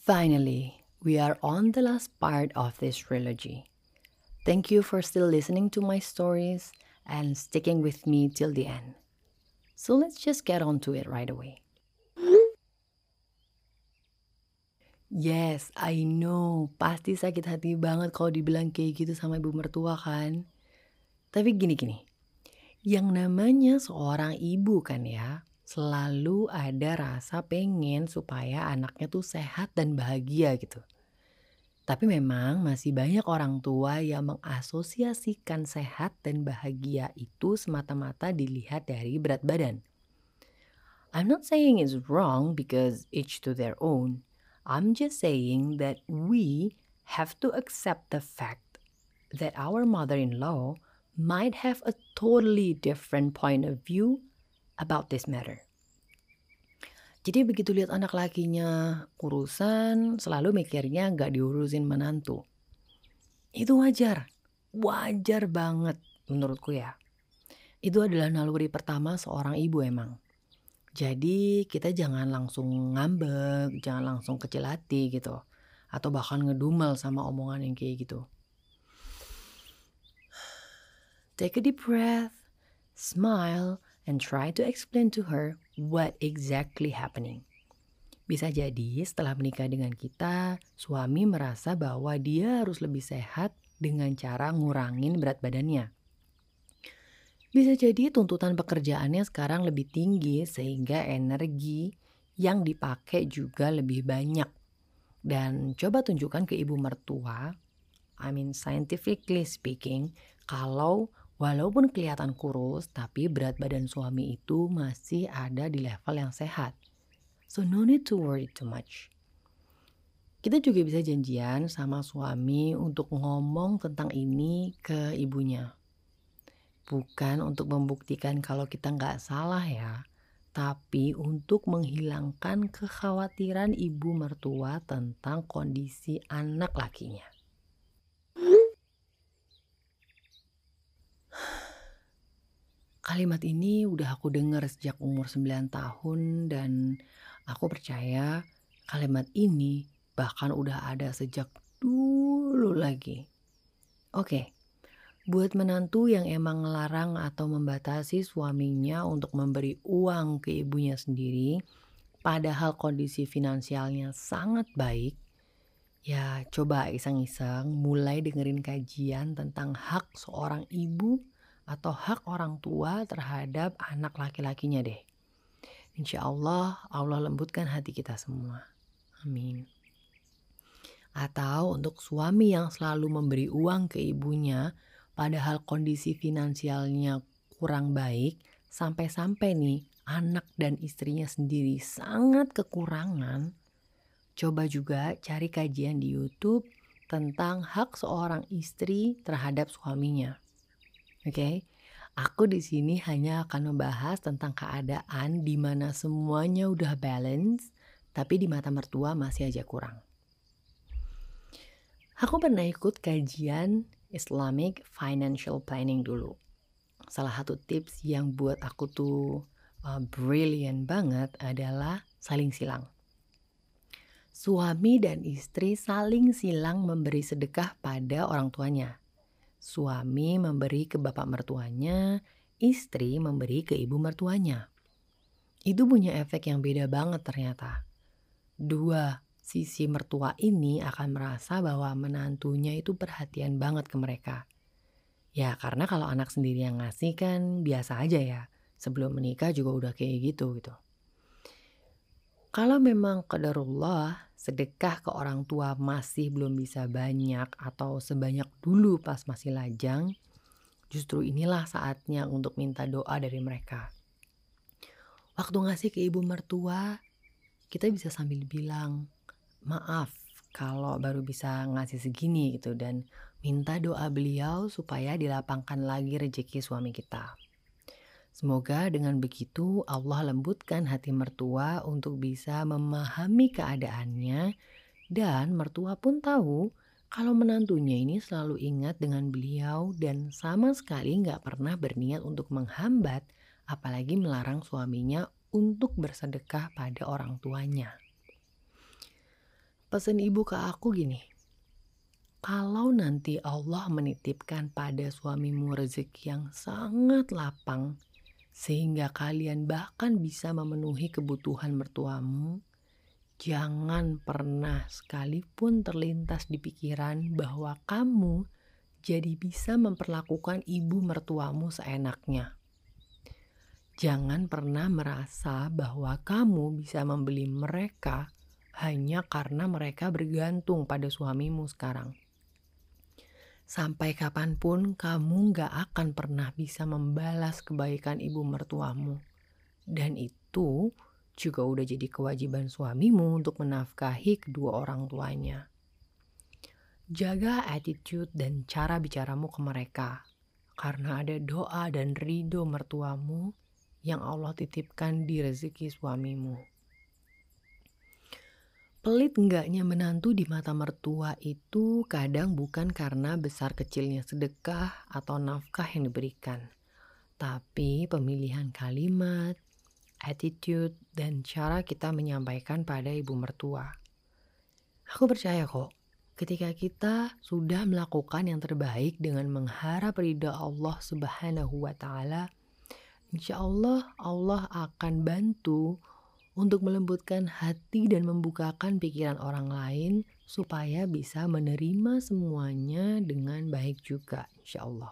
Finally, we are on the last part of this trilogy. Thank you for still listening to my stories and sticking with me till the end. So let's just get on to it right away. Yes, I know. Pasti sakit hati banget kalau dibilang kayak gitu sama ibu mertua kan. Tapi gini-gini, yang namanya seorang ibu kan ya, selalu ada rasa pengen supaya anaknya tuh sehat dan bahagia gitu. Tapi memang masih banyak orang tua yang mengasosiasikan sehat dan bahagia itu semata-mata dilihat dari berat badan. I'm not saying it's wrong because each to their own. I'm just saying that we have to accept the fact that our mother-in-law might have a totally different point of view about this matter. Jadi begitu lihat anak lakinya urusan, selalu mikirnya nggak diurusin menantu. Itu wajar, wajar banget menurutku ya. Itu adalah naluri pertama seorang ibu emang. Jadi kita jangan langsung ngambek, jangan langsung kecil hati gitu. Atau bahkan ngedumel sama omongan yang kayak gitu. Take a deep breath, smile, and try to explain to her what exactly happening. Bisa jadi setelah menikah dengan kita, suami merasa bahwa dia harus lebih sehat dengan cara ngurangin berat badannya. Bisa jadi tuntutan pekerjaannya sekarang lebih tinggi sehingga energi yang dipakai juga lebih banyak. Dan coba tunjukkan ke ibu mertua, scientifically speaking, kalau walaupun kelihatan kurus tapi berat badan suami itu masih ada di level yang sehat. So no need to worry too much. Kita juga bisa janjian sama suami untuk ngomong tentang ini ke ibunya. Bukan untuk membuktikan kalau kita nggak salah ya, tapi untuk menghilangkan kekhawatiran ibu mertua tentang kondisi anak lakinya. Kalimat ini udah aku dengar sejak umur 9 tahun dan aku percaya kalimat ini bahkan udah ada sejak dulu lagi. Oke. Buat menantu yang emang ngelarang atau membatasi suaminya untuk memberi uang ke ibunya sendiri, padahal kondisi finansialnya sangat baik, ya coba iseng-iseng mulai dengerin kajian tentang hak seorang ibu atau hak orang tua terhadap anak laki-lakinya deh. Insya Allah, Allah lembutkan hati kita semua. Amin. Atau untuk suami yang selalu memberi uang ke ibunya, padahal kondisi finansialnya kurang baik, sampai-sampai nih anak dan istrinya sendiri sangat kekurangan. Coba juga cari kajian di YouTube tentang hak seorang istri terhadap suaminya. Oke, aku di sini hanya akan membahas tentang keadaan di mana semuanya udah balance, tapi di mata mertua masih aja kurang. Aku pernah ikut kajian Islamic Financial Planning dulu. Salah satu tips yang buat aku tuh brilliant banget adalah saling silang. Suami dan istri saling silang memberi sedekah pada orang tuanya. Suami memberi ke bapak mertuanya, istri memberi ke ibu mertuanya. Itu punya efek yang beda banget ternyata. Dua sisi mertua ini akan merasa bahwa menantunya itu perhatian banget ke mereka. Ya karena kalau anak sendiri yang ngasih kan biasa aja ya. Sebelum menikah juga udah kayak gitu. Kalau memang qadarullah sedekah ke orang tua masih belum bisa banyak atau sebanyak dulu pas masih lajang, justru inilah saatnya untuk minta doa dari mereka. Waktu ngasih ke ibu mertua, kita bisa sambil bilang, maaf kalau baru bisa ngasih segini gitu dan minta doa beliau supaya dilapangkan lagi rezeki suami kita. Semoga dengan begitu Allah lembutkan hati mertua untuk bisa memahami keadaannya dan mertua pun tahu kalau menantunya ini selalu ingat dengan beliau dan sama sekali nggak pernah berniat untuk menghambat apalagi melarang suaminya untuk bersedekah pada orang tuanya. Pesan ibu ke aku gini, kalau nanti Allah menitipkan pada suamimu rezeki yang sangat lapang, sehingga kalian bahkan bisa memenuhi kebutuhan mertuamu, jangan pernah sekalipun terlintas di pikiran bahwa kamu jadi bisa memperlakukan ibu mertuamu seenaknya. Jangan pernah merasa bahwa kamu bisa membeli mereka hanya karena mereka bergantung pada suamimu sekarang. Sampai kapanpun kamu gak akan pernah bisa membalas kebaikan ibu mertuamu. Dan itu juga udah jadi kewajiban suamimu untuk menafkahi kedua orang tuanya. Jaga attitude dan cara bicaramu ke mereka. Karena ada doa dan ridho mertuamu yang Allah titipkan di rezeki suamimu. Pelit enggaknya menantu di mata mertua itu kadang bukan karena besar kecilnya sedekah atau nafkah yang diberikan, tapi pemilihan kalimat, attitude, dan cara kita menyampaikan pada ibu mertua. Aku percaya kok, ketika kita sudah melakukan yang terbaik dengan mengharap ridha Allah Subhanahu wa Ta'ala, insya Allah akan bantu untuk melembutkan hati dan membukakan pikiran orang lain supaya bisa menerima semuanya dengan baik juga, insya Allah.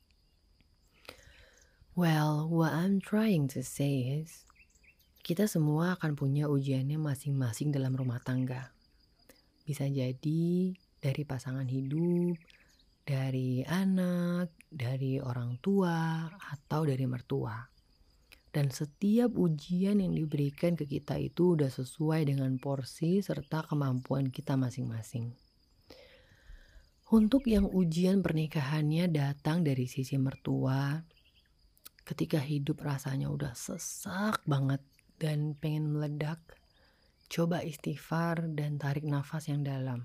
Well, what I'm trying to say is, kita semua akan punya ujiannya masing-masing dalam rumah tangga. Bisa jadi dari pasangan hidup, dari anak, dari orang tua, atau dari mertua. Dan setiap ujian yang diberikan ke kita itu udah sesuai dengan porsi serta kemampuan kita masing-masing. Untuk yang ujian pernikahannya datang dari sisi mertua, ketika hidup rasanya udah sesak banget dan pengen meledak, coba istighfar dan tarik nafas yang dalam.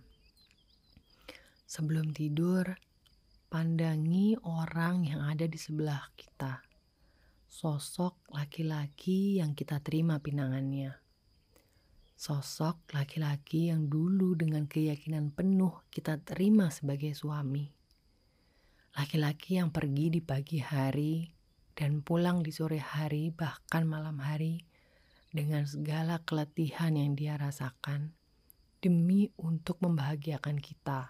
Sebelum tidur, pandangi orang yang ada di sebelah kita. Sosok laki-laki yang kita terima pinangannya. Sosok laki-laki yang dulu dengan keyakinan penuh kita terima sebagai suami. Laki-laki yang pergi di pagi hari dan pulang di sore hari bahkan malam hari dengan segala keletihan yang dia rasakan demi untuk membahagiakan kita.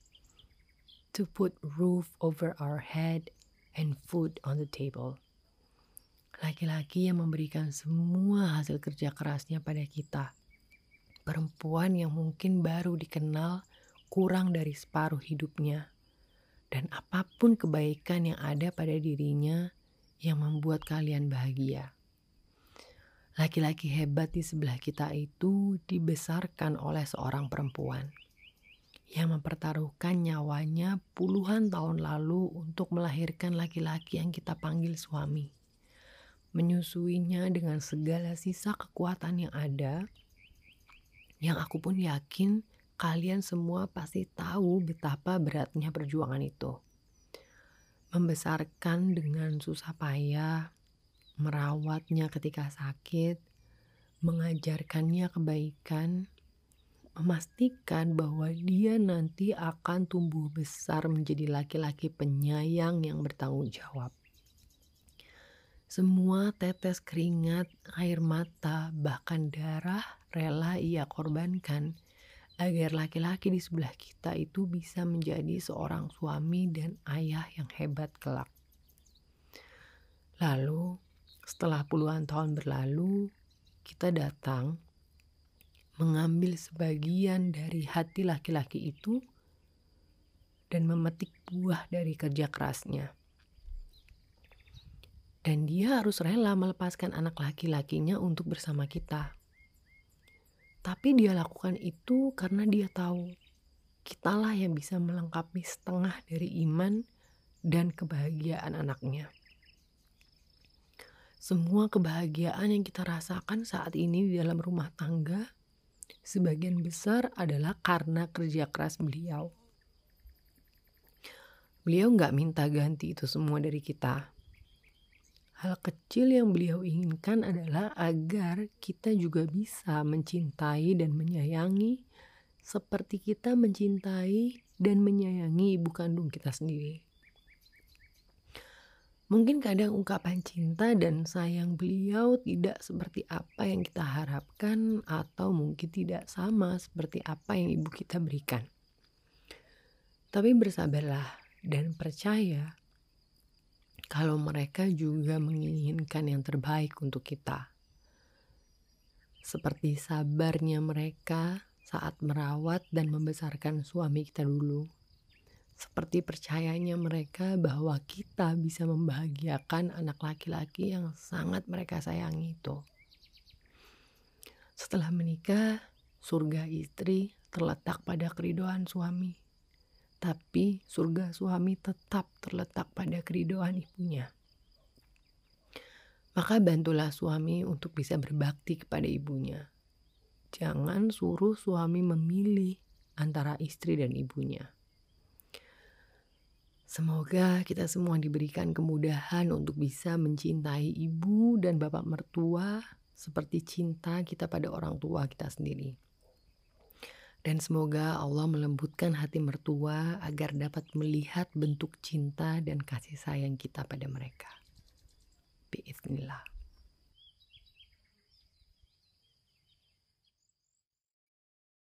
To put roof over our head and food on the table. Laki-laki yang memberikan semua hasil kerja kerasnya pada kita. Perempuan yang mungkin baru dikenal kurang dari separuh hidupnya. Dan apapun kebaikan yang ada pada dirinya yang membuat kalian bahagia. Laki-laki hebat di sebelah kita itu dibesarkan oleh seorang perempuan yang mempertaruhkan nyawanya puluhan tahun lalu untuk melahirkan laki-laki yang kita panggil suami. Menyusuinya dengan segala sisa kekuatan yang ada, yang aku pun yakin kalian semua pasti tahu betapa beratnya perjuangan itu. Membesarkan dengan susah payah, merawatnya ketika sakit, mengajarkannya kebaikan, memastikan bahwa dia nanti akan tumbuh besar menjadi laki-laki penyayang yang bertanggung jawab. Semua tetes keringat, air mata, bahkan darah rela ia korbankan agar laki-laki di sebelah kita itu bisa menjadi seorang suami dan ayah yang hebat kelak. Lalu, setelah puluhan tahun berlalu, kita datang mengambil sebagian dari hati laki-laki itu dan memetik buah dari kerja kerasnya. Dan dia harus rela melepaskan anak laki-lakinya untuk bersama kita. Tapi dia lakukan itu karena dia tahu kitalah yang bisa melengkapi setengah dari iman dan kebahagiaan anaknya. Semua kebahagiaan yang kita rasakan saat ini di dalam rumah tangga sebagian besar adalah karena kerja keras beliau. Beliau gak minta ganti itu semua dari kita. Hal kecil yang beliau inginkan adalah agar kita juga bisa mencintai dan menyayangi seperti kita mencintai dan menyayangi ibu kandung kita sendiri. Mungkin kadang ungkapan cinta dan sayang beliau tidak seperti apa yang kita harapkan atau mungkin tidak sama seperti apa yang ibu kita berikan. Tapi bersabarlah dan percaya kalau mereka juga menginginkan yang terbaik untuk kita. Seperti sabarnya mereka saat merawat dan membesarkan suami kita dulu. Seperti percayanya mereka bahwa kita bisa membahagiakan anak laki-laki yang sangat mereka sayangi itu. Setelah menikah, surga istri terletak pada keridoan suami. Tapi surga suami tetap terletak pada keridoan ibunya. Maka bantulah suami untuk bisa berbakti kepada ibunya. Jangan suruh suami memilih antara istri dan ibunya. Semoga kita semua diberikan kemudahan untuk bisa mencintai ibu dan bapak mertua seperti cinta kita pada orang tua kita sendiri. Dan semoga Allah melembutkan hati mertua agar dapat melihat bentuk cinta dan kasih sayang kita pada mereka. Biiznillah.